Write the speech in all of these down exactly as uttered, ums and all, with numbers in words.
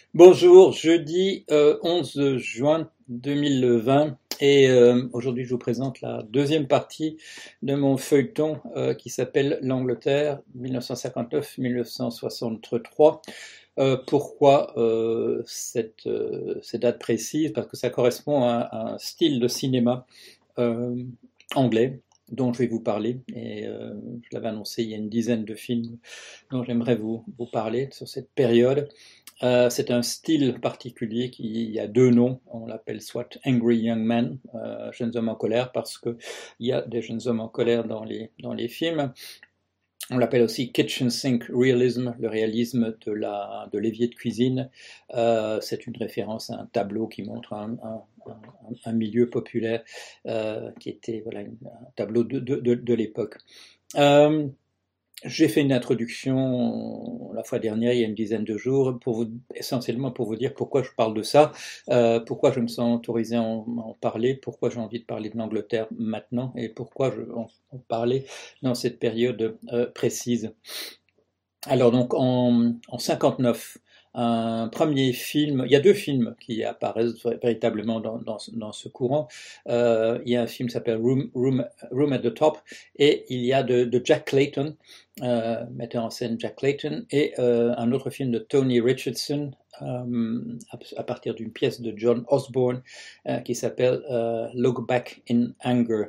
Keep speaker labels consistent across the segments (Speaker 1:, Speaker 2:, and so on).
Speaker 1: Bonjour, jeudi euh, onze juin deux mille vingt et euh, aujourd'hui je vous présente la deuxième partie de mon feuilleton euh, qui s'appelle l'Angleterre mille neuf cent cinquante-neuf à mille neuf cent soixante-trois. Euh, pourquoi euh, cette, euh, cette date précise? Parce que ça correspond à, à un style de cinéma euh, anglais dont je vais vous parler et euh, je l'avais annoncé, il y a une dizaine de films dont j'aimerais vous, vous parler sur cette période. Euh, c'est un style particulier qui il y a deux noms. On l'appelle soit Angry Young Men, euh, jeunes hommes en colère, parce que il y a des jeunes hommes en colère dans les dans les films. On l'appelle aussi Kitchen Sink Realism, le réalisme de la de l'évier de cuisine. Euh, c'est une référence à un tableau qui montre un, un, un, un milieu populaire euh, qui était voilà un tableau de de, de, de l'époque. Euh, j'ai fait une introduction la fois dernière, il y a une dizaine de jours, pour vous, essentiellement pour vous dire pourquoi je parle de ça, euh, pourquoi je me sens autorisé à en, à en parler, pourquoi j'ai envie de parler de l'Angleterre maintenant et pourquoi je en, en parler dans cette période euh, précise. Alors donc en, en cinquante-neuf, un premier film, il y a deux films qui apparaissent véritablement dans, dans, dans ce courant. Euh, il y a un film qui s'appelle Room, Room, Room at the Top et il y a de, de Jack Clayton, euh, metteur en scène Jack Clayton, et euh, un autre film de Tony Richardson euh, à, à partir d'une pièce de John Osborne euh, qui s'appelle euh, Look Back in Anger.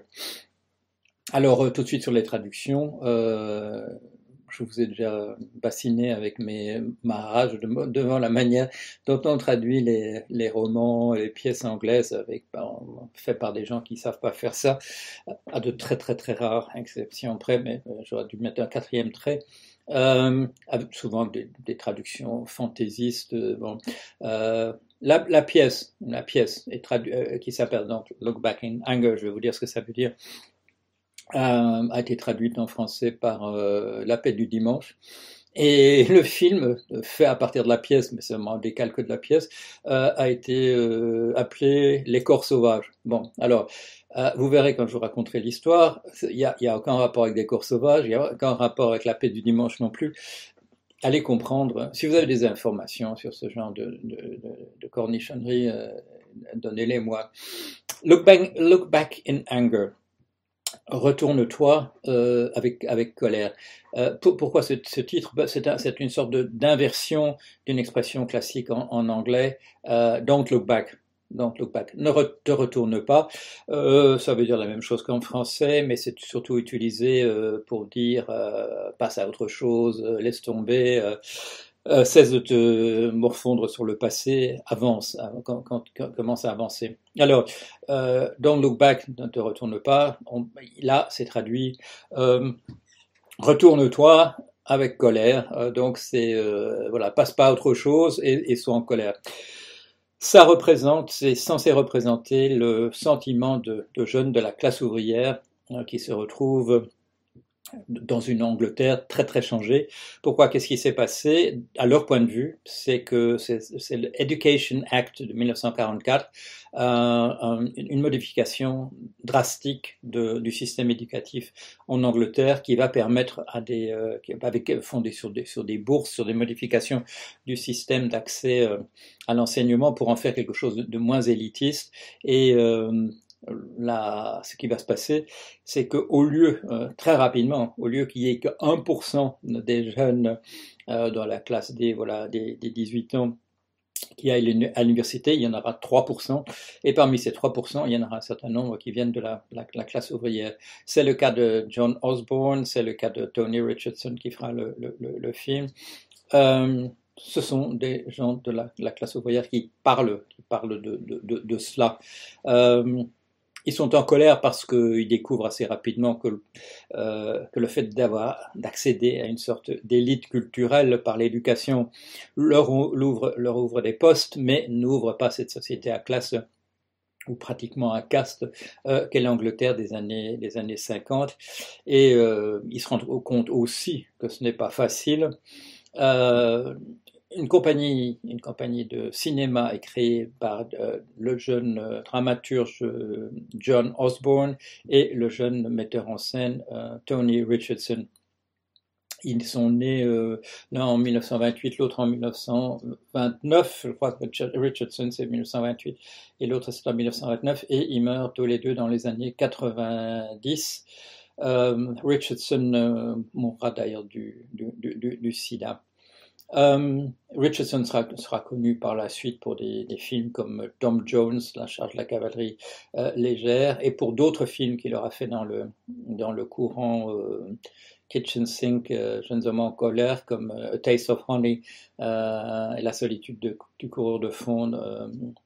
Speaker 1: Alors euh, tout de suite sur les traductions. Euh, je vous ai déjà bassiné avec mes, ma rage de, devant la manière dont on traduit les, les romans, les pièces anglaises, avec, ben, fait par des gens qui ne savent pas faire ça, à de très très très rares exceptions près, mais euh, j'aurais dû mettre un quatrième trait. Euh, avec souvent des, des traductions fantaisistes. Bon. Euh, la, la pièce, la pièce est tradu- euh, qui s'appelle donc Look Back in Anger, je vais vous dire ce que ça veut dire, euh, a été traduite en français par euh, La Paix du Dimanche. Et le film, fait à partir de la pièce, mais seulement un décalque de la pièce, euh, a été euh, appelé Les Corps Sauvages. Bon, alors, euh, vous verrez quand je vous raconterai l'histoire, il n'y a, y a aucun rapport avec des corps sauvages, il n'y a aucun rapport avec La Paix du Dimanche non plus. Allez comprendre, si vous avez des informations sur ce genre de, de, de, de cornichonnerie, euh, donnez-les moi. Look back, look back in anger. Retourne-toi euh, avec, avec colère. Euh, pour, pourquoi ce, ce titre? Ben, c'est, un, c'est une sorte de, d'inversion d'une expression classique en, en anglais, euh, don't look back. Don't look back. Ne re, te retourne pas. Euh, ça veut dire la même chose qu'en français, mais c'est surtout utilisé euh, pour dire euh, passe à autre chose, euh, laisse tomber. Euh, euh, cesse de te morfondre sur le passé, avance, quand, quand, quand, commence à avancer. Alors, euh, don't look back, ne te retourne pas. On, là, c'est traduit euh, retourne-toi avec colère. Euh, donc, c'est euh, voilà, passe pas à autre chose et, et sois en colère. Ça représente, c'est censé représenter le sentiment de, de jeunes de la classe ouvrière euh, qui se retrouvent dans une Angleterre très très changée. Pourquoi? Qu'est-ce qui s'est passé? À leur point de vue, c'est que c'est, c'est l'Education Act de mille neuf cent quarante-quatre, euh, une modification drastique de, du système éducatif en Angleterre qui va permettre à des, euh, avec, fondé sur des, sur des bourses, sur des modifications du système d'accès euh, à l'enseignement pour en faire quelque chose de, de moins élitiste et euh, Là, ce qui va se passer, c'est qu'au lieu, euh, très rapidement, au lieu qu'il y ait que un pour cent des jeunes euh, dans la classe des, voilà, des, des dix-huit ans qui aillent à l'université, il y en aura trois pour cent. Et parmi ces trois pour cent, il y en aura un certain nombre qui viennent de la, la, la classe ouvrière. C'est le cas de John Osborne, c'est le cas de Tony Richardson qui fera le, le, le, le film. Euh, ce sont des gens de la, la classe ouvrière qui parlent, qui parlent de, de, de, de cela. Euh, Ils sont en colère parce qu'ils découvrent assez rapidement que, euh, que le fait d'avoir, d'accéder à une sorte d'élite culturelle par l'éducation leur ouvre, leur ouvre des postes, mais n'ouvre pas cette société à classe ou pratiquement à caste euh, qu'est l'Angleterre des années, des années cinquante. Et euh, ils se rendent compte aussi que ce n'est pas facile. Euh, une compagnie, une compagnie de cinéma est créée par euh, le jeune euh, dramaturge euh, John Osborne et le jeune metteur en scène euh, Tony Richardson. Ils sont nés euh, l'un en mille neuf cent vingt-huit, l'autre en mille neuf cent vingt-neuf. Je crois que Richardson c'est mille neuf cent vingt-huit et l'autre c'est en mille neuf cent vingt-neuf. Et ils meurent tous les deux dans les années quatre-vingt-dix. Euh, Richardson euh, mourra d'ailleurs du, du, du, du sida. Euh, Richardson sera, sera connu par la suite pour des, des films comme Tom Jones, La charge de la cavalerie euh, légère, et pour d'autres films qu'il aura fait dans le, dans le courant euh, Kitchen Sink, euh, Jeunes hommes en colère, comme euh, A Taste of Honey euh, et La solitude de, du coureur de fond, euh,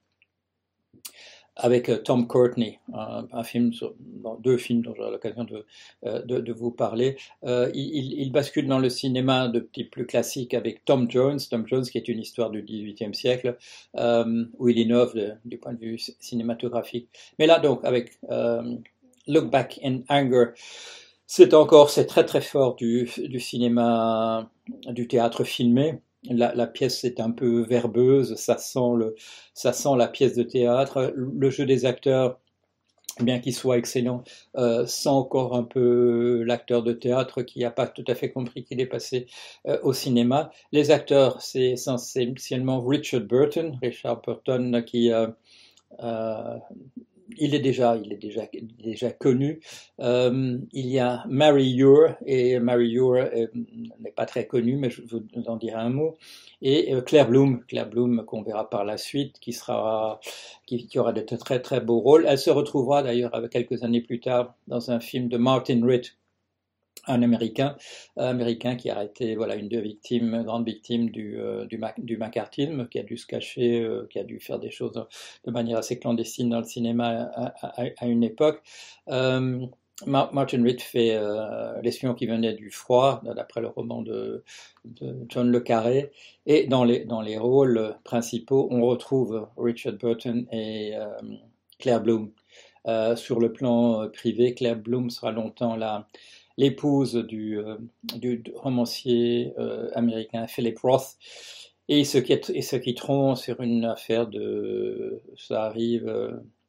Speaker 1: avec euh, Tom Courtenay, un, un film, sur, bon, deux films dont j'aurai l'occasion de, euh, de, de vous parler. Euh, il, il bascule dans le cinéma de type plus classique avec Tom Jones, Tom Jones qui est une histoire du dix-huitième siècle, euh, où il innove de, du point de vue cinématographique. Mais là donc avec euh, Look Back in Anger, c'est encore, c'est très très fort du, du cinéma, du théâtre filmé. La, la pièce est un peu verbeuse, ça sent, le, ça sent la pièce de théâtre. Le jeu des acteurs, bien qu'il soit excellent, euh, sent encore un peu l'acteur de théâtre qui n'a pas tout à fait compris qu'il est passé euh, au cinéma. Les acteurs, c'est essentiellement Richard Burton, Richard Burton qui... Euh, euh, il est déjà, il est déjà, déjà connu. Euh, il y a Mary Ure, et Mary Ure euh, n'est pas très connue, mais je vous en dirai un mot. Et euh, Claire Bloom, Claire Bloom qu'on verra par la suite, qui sera, qui, qui aura de très très beaux rôles. Elle se retrouvera d'ailleurs quelques années plus tard dans un film de Martin Ritt, un américain, euh, américain qui a été voilà une des victimes, grande victime du euh, du, du macartisme, qui a dû se cacher, euh, qui a dû faire des choses de manière assez clandestine dans le cinéma à, à, à une époque. Euh, Martin Ritt fait euh, L'espion qui venait du froid, d'après le roman de, de John le Carré, et dans les dans les rôles principaux, on retrouve Richard Burton et euh, Claire Bloom. Euh, sur le plan privé, Claire Bloom sera longtemps la l'épouse du, euh, du romancier euh, américain Philip Roth, et ils se, et se quitteront sur une affaire de... Ça arrive... Euh,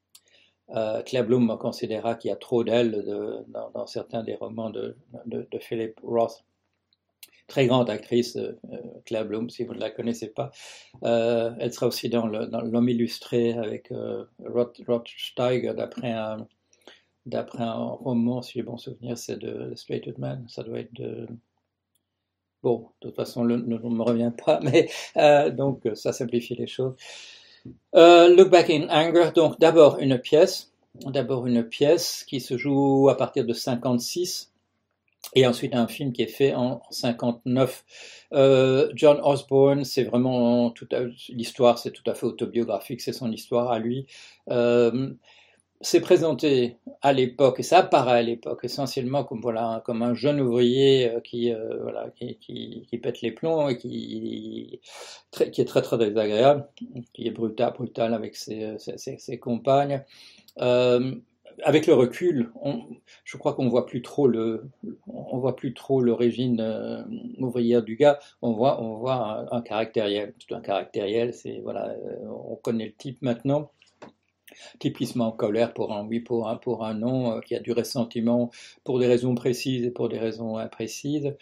Speaker 1: euh, Claire Bloom considéra qu'il y a trop d'elle dans, dans certains des romans de, de, de Philip Roth. Très grande actrice, euh, Claire Bloom, si vous ne la connaissez pas. Euh, elle sera aussi dans L'Homme illustré avec euh, Rod, Rod Steiger, d'après un... D'après un roman, si j'ai bon souvenir, c'est de The Straight Man. Ça doit être de... Bon, de toute façon, le nom ne me revient pas, mais euh, donc ça simplifie les choses. Euh, Look Back in Anger, donc d'abord une pièce, d'abord une pièce qui se joue à partir de cinquante-six, et ensuite un film qui est fait en cinquante-neuf. Euh, John Osborne, c'est vraiment tout à... l'histoire, c'est tout à fait autobiographique, c'est son histoire à lui. Euh, C'est présenté à l'époque, et ça apparaît à l'époque essentiellement comme voilà comme un jeune ouvrier qui euh, voilà qui, qui, qui pète les plombs et qui très, qui est très très désagréable, qui est brutal brutal avec ses, ses, ses compagnes. Euh, avec le recul, on, je crois qu'on voit plus trop le on voit plus trop l'origine euh, ouvrière du gars. On voit on voit un, un caractériel, tout un caractériel. C'est voilà, euh, on connaît le type maintenant. Typisme en colère pour un oui, pour un, pour un non, euh, qui a du ressentiment pour des raisons précises et pour des raisons imprécises.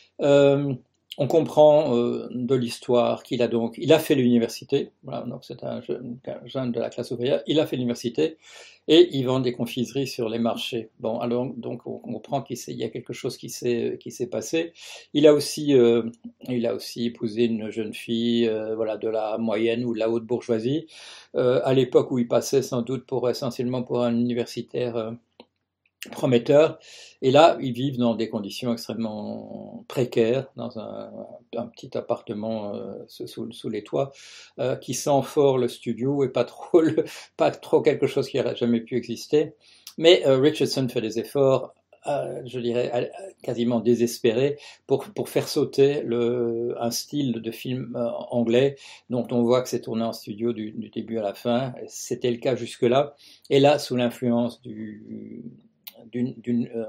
Speaker 1: Euh, on comprend euh, de l'histoire qu'il a donc, il a fait l'université, voilà, donc c'est un jeune, un jeune de la classe ouvrière, il a fait l'université et il vend des confiseries sur les marchés. Bon, alors donc on comprend qu'il y a quelque chose qui s'est qui s'est passé. Il a aussi euh, il a aussi épousé une jeune fille, euh, voilà, de la moyenne ou de la haute bourgeoisie, euh, à l'époque où il passait sans doute pour essentiellement pour un universitaire euh, prometteur. Et là, ils vivent dans des conditions extrêmement précaires, dans un, un petit appartement euh, sous, sous les toits, euh, qui sent fort le studio et pas trop, le, pas trop quelque chose qui n'aurait jamais pu exister. Mais euh, Richardson fait des efforts, euh, je dirais, quasiment désespérés, pour, pour faire sauter le, un style de film euh, anglais dont on voit que c'est tourné en studio du, du début à la fin. C'était le cas jusque-là. Et là, sous l'influence du D'une, d'une, euh,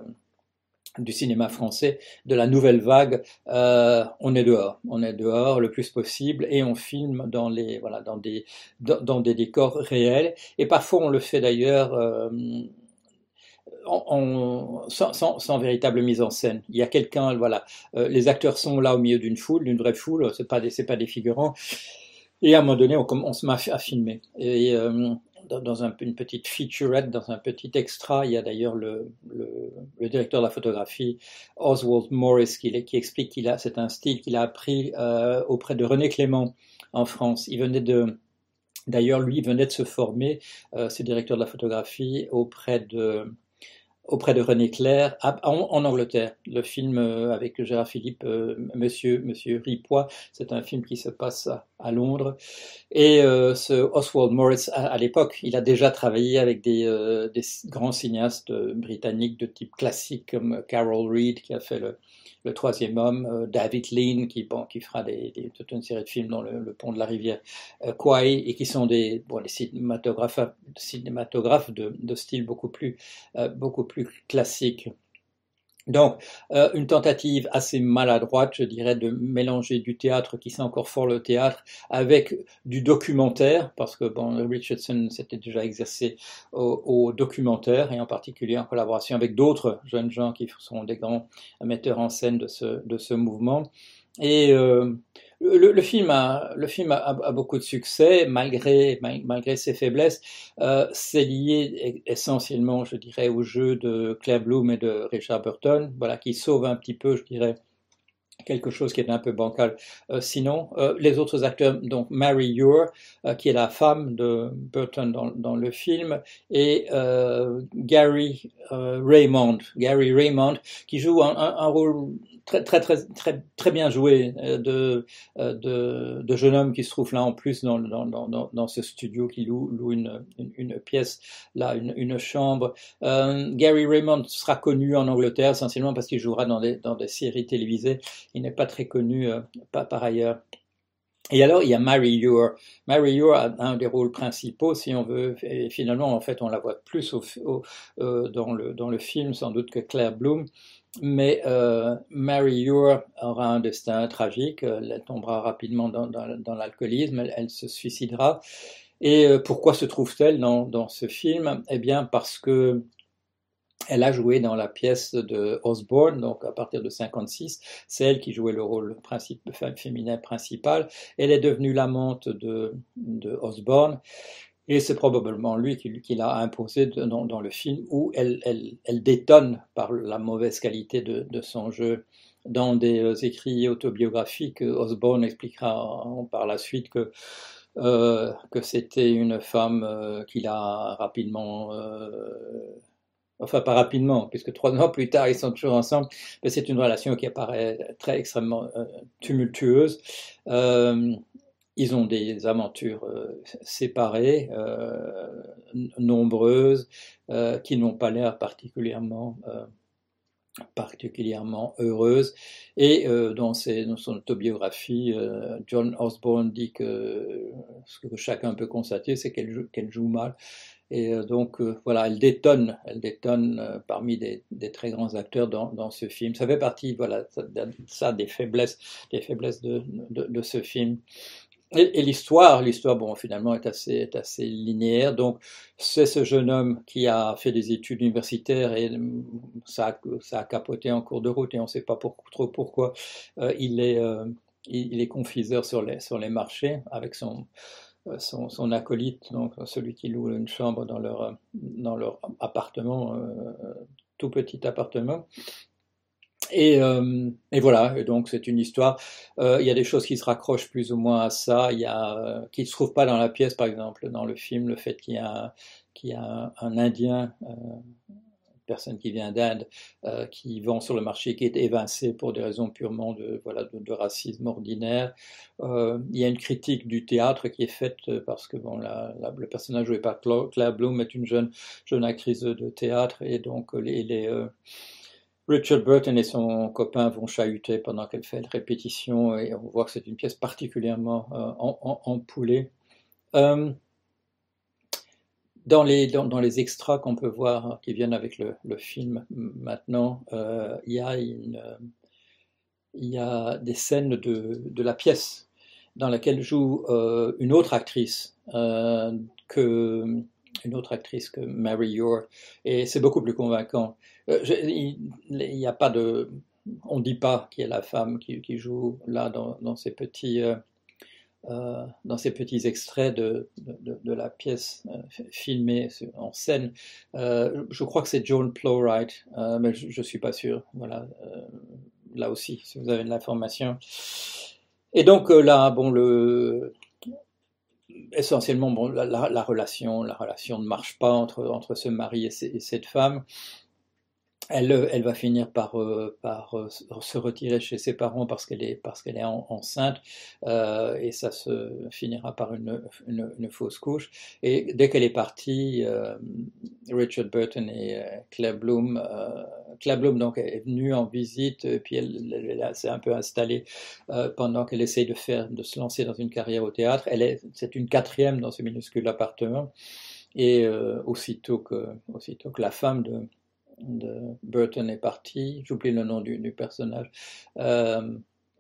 Speaker 1: du cinéma français, de la nouvelle vague, euh, on est dehors, on est dehors le plus possible et on filme dans les voilà dans des dans, dans des décors réels, et parfois on le fait d'ailleurs euh, en- en- sans, sans- sans véritable mise en scène. Il y a quelqu'un, voilà, euh, les acteurs sont là au milieu d'une foule, d'une vraie foule, c'est pas des, c'est pas des figurants. Et à un moment donné, on, on se met à filmer. Et euh, dans, dans un, une petite featurette, dans un petit extra, il y a d'ailleurs le, le, le directeur de la photographie, Oswald Morris, qui, qui explique qu'il a, c'est un style qu'il a appris euh, auprès de René Clément en France. Il venait de, d'ailleurs, lui venait de se former, euh, c'est directeur de la photographie auprès de auprès de René Clair en, en Angleterre. Le film euh, avec Gérard Philippe, euh, Monsieur, Monsieur Ripois, c'est un film qui se passe à, à Londres. Et euh, ce Oswald Morris, à, à l'époque, il a déjà travaillé avec des, euh, des grands cinéastes euh, britanniques de type classique comme Carol Reed qui a fait le, le Troisième Homme, euh, David Lean qui, bon, qui fera des, des, toute une série de films dans le, le pont de la rivière euh, Kwai et qui sont des, bon, des cinématographes, cinématographes de, de style beaucoup plus, euh, beaucoup plus classique. Donc, euh, une tentative assez maladroite, je dirais, de mélanger du théâtre, qui sait encore fort le théâtre, avec du documentaire, parce que bon, Richardson s'était déjà exercé au, au documentaire, et en particulier en collaboration avec d'autres jeunes gens qui sont des grands metteurs en scène de ce, de ce mouvement. Et euh, le, le, film, a, le film a, a, beaucoup de succès, malgré, malgré ses faiblesses. Euh, c'est lié essentiellement, je dirais, au jeu de Claire Bloom et de Richard Burton, voilà, qui sauve un petit peu, je dirais, quelque chose qui est un peu bancal. Euh, sinon, euh, les autres acteurs, donc Mary Ure, euh, qui est la femme de Burton dans, dans le film, et euh, Gary euh, Raymond, Gary Raymond, qui joue un, un, un rôle très très très très très bien joué euh, de, euh, de de jeune homme qui se trouve là en plus dans dans dans dans ce studio, qui loue, loue une, une une pièce là, une une chambre. Euh, Gary Raymond sera connu en Angleterre essentiellement parce qu'il jouera dans des dans des séries télévisées. Il n'est pas très connu euh, pas par ailleurs. Et alors, il y a Mary Ure. Mary Ure a un des rôles principaux, si on veut, et finalement, en fait, on la voit plus au, au, euh, dans, le, dans le film, sans doute, que Claire Bloom. Mais euh, Mary Ure aura un destin tragique. Elle tombera rapidement dans, dans, dans l'alcoolisme, elle, elle, se suicidera. Et euh, pourquoi se trouve-t-elle dans, dans ce film? Eh bien, parce que elle a joué dans la pièce de Osborne, donc à partir de cinquante-six, c'est elle qui jouait le rôle principe, féminin principal. Elle est devenue l'amante de, de Osborne, et c'est probablement lui qui, qui l'a imposé dans, dans le film, où elle, elle, elle détonne par la mauvaise qualité de, de son jeu. Dans des écrits autobiographiques, Osborne expliquera par la suite que euh, que c'était une femme euh, qu'il a rapidement euh, enfin pas rapidement, puisque trois ans plus tard, ils sont toujours ensemble, mais c'est une relation qui apparaît très extrêmement euh, tumultueuse. Euh, ils ont des aventures euh, séparées, euh, nombreuses, euh, qui n'ont pas l'air particulièrement euh, particulièrement heureuse. Et euh, dans, ses, dans son autobiographie, euh, John Osborne dit que ce que chacun peut constater, c'est qu'elle joue, qu'elle joue mal. Et euh, donc euh, voilà, elle détonne, elle détonne euh, parmi des, des, très grands acteurs dans, dans, ce film. Ça fait partie, voilà, ça, ça des faiblesses, des faiblesses de, de, de ce film. Et, et l'histoire, l'histoire, bon, finalement, est assez, est assez linéaire. Donc, c'est ce jeune homme qui a fait des études universitaires et ça a, ça a capoté en cours de route et on ne sait pas pour, trop pourquoi. Euh, il est, euh, il, il est confiseur sur les, sur les marchés avec son, son, son acolyte, donc celui qui loue une chambre dans leur, dans leur appartement, euh, tout petit appartement. Et, euh, et voilà, et donc c'est une histoire. Euh, il y a des choses qui se raccrochent plus ou moins à ça. Il y a euh, qui ne se trouve pas dans la pièce, par exemple, dans le film, le fait qu'il y a, qu'il y a un, un Indien, euh, une personne qui vient d'Inde, euh, qui vend sur le marché, qui est évincé pour des raisons purement de, voilà, de, de racisme ordinaire. Euh, il y a une critique du théâtre qui est faite parce que bon, la, la, le personnage joué par Claire Bloom est une jeune, jeune actrice de théâtre et donc les, les euh, Richard Burton et son copain vont chahuter pendant qu'elle fait la répétition et on voit que c'est une pièce particulièrement euh, empoulée. Euh, dans, les, dans, dans les extras qu'on peut voir qui viennent avec le, le film maintenant, euh, il y a une, euh, il y a des scènes de, de la pièce dans laquelle joue euh, une autre actrice euh, que une autre actrice que Mary Ure, et c'est beaucoup plus convaincant. Euh, je, il n'y a pas de, on ne dit pas qui est la femme qui, qui joue là dans, dans ces petits, euh, euh, dans ces petits extraits de, de, de la pièce euh, filmée en scène. Euh, je crois que c'est Joan Plowright, euh, mais je ne suis pas sûr. Voilà, euh, là aussi, si vous avez de l'information. Et donc euh, là, bon, le essentiellement, bon, la, la, la relation, la relation ne marche pas entre, entre ce mari et, et cette femme. Elle, elle va finir par, euh, par euh, se retirer chez ses parents parce qu'elle est, parce qu'elle est en, enceinte, euh, et ça se finira par une, une, une fausse couche. Et dès qu'elle est partie, euh, Richard Burton et euh, Claire Bloom, euh, Claire Bloom donc est venue en visite, et puis elle, elle, elle s'est un peu installée euh, pendant qu'elle essaye de faire, de se lancer dans une carrière au théâtre. Elle est, c'est une quatrième dans ce minuscule appartement, et euh, aussitôt que, aussitôt que la femme de de Burton est parti, j'oublie le nom du, du personnage, euh,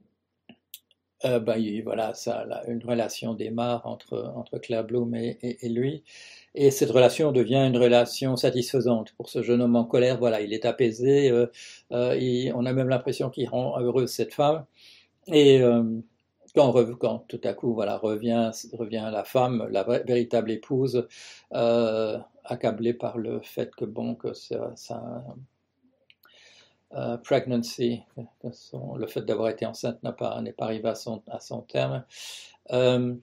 Speaker 1: euh, ben, il, voilà, ça, là, une relation démarre entre, entre Claire Bloom et, et, et lui, et cette relation devient une relation satisfaisante pour ce jeune homme en colère. Voilà, il est apaisé, euh, euh, il, on a même l'impression qu'il rend heureuse cette femme, et euh, quand, quand tout à coup voilà, revient, revient la femme, la véritable épouse, euh, accablée par le fait que bon que ça, ça uh, pregnancy, que son, le fait d'avoir été enceinte n'a pas n'est pas arrivé à son à son terme. Euh,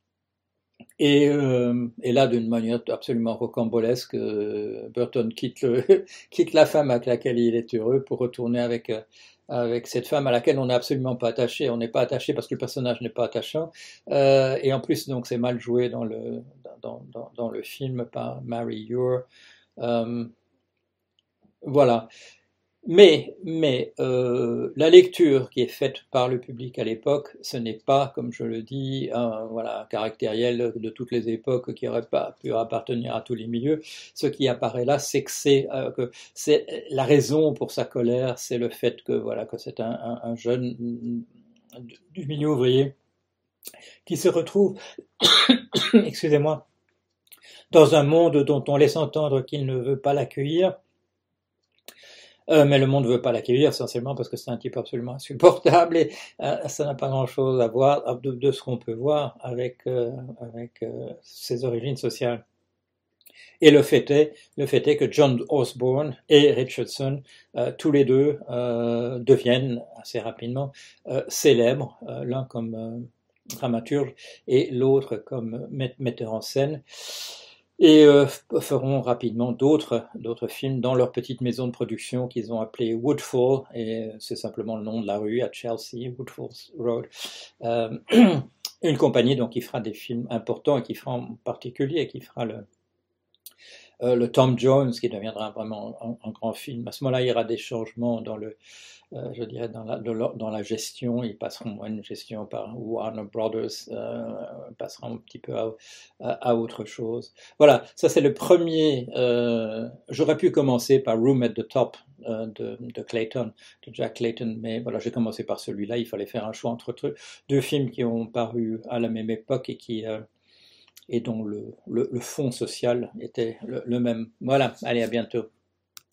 Speaker 1: et, euh, et là, d'une manière absolument rocambolesque, euh, Burton quitte, le, quitte la femme avec laquelle il est heureux pour retourner avec, euh, avec cette femme à laquelle on n'est absolument pas attaché. On n'est pas attaché parce que le personnage n'est pas attachant. Euh, et en plus, donc, c'est mal joué dans le, dans, dans, dans le film par Mary Ure. Euh, voilà. Mais, mais euh, la lecture qui est faite par le public à l'époque, ce n'est pas, comme je le dis, un, voilà, caractériel de toutes les époques qui n'aurait pas pu appartenir à tous les milieux. Ce qui apparaît là, c'est que c'est euh, que c'est la raison pour sa colère, c'est le fait que voilà que c'est un, un, un jeune du milieu ouvrier qui se retrouve, excusez-moi, dans un monde dont on laisse entendre qu'il ne veut pas l'accueillir. Euh, mais le monde ne veut pas l'accueillir essentiellement parce que c'est un type absolument insupportable, et euh, ça n'a pas grand-chose à voir de, de ce qu'on peut voir avec, euh, avec euh, ses origines sociales. Et le fait est, le fait est que John Osborne et Richardson, euh, tous les deux, euh, deviennent assez rapidement euh, célèbres, euh, l'un comme euh, dramaturge et l'autre comme metteur en scène, et euh, feront rapidement d'autres d'autres films dans leur petite maison de production qu'ils ont appelée Woodfall, et c'est simplement le nom de la rue à Chelsea, Woodfall Road. Euh, une compagnie donc qui fera des films importants, et qui fera en particulier, qui fera le euh, le Tom Jones, qui deviendra vraiment un, un grand film. À ce moment-là, il y aura des changements dans le Euh, je dirais dans la, dans la gestion. Ils passeront à une gestion par Warner Brothers, euh, passeront un petit peu à, à, à autre chose. Voilà, ça c'est le premier. Euh, J'aurais pu commencer par Room at the Top euh, de, de Clayton, de Jack Clayton, mais voilà, j'ai commencé par celui-là. Il fallait faire un choix entre deux films qui ont paru à la même époque et qui euh, et dont le, le, le fond social était le, le même. Voilà, allez, à bientôt.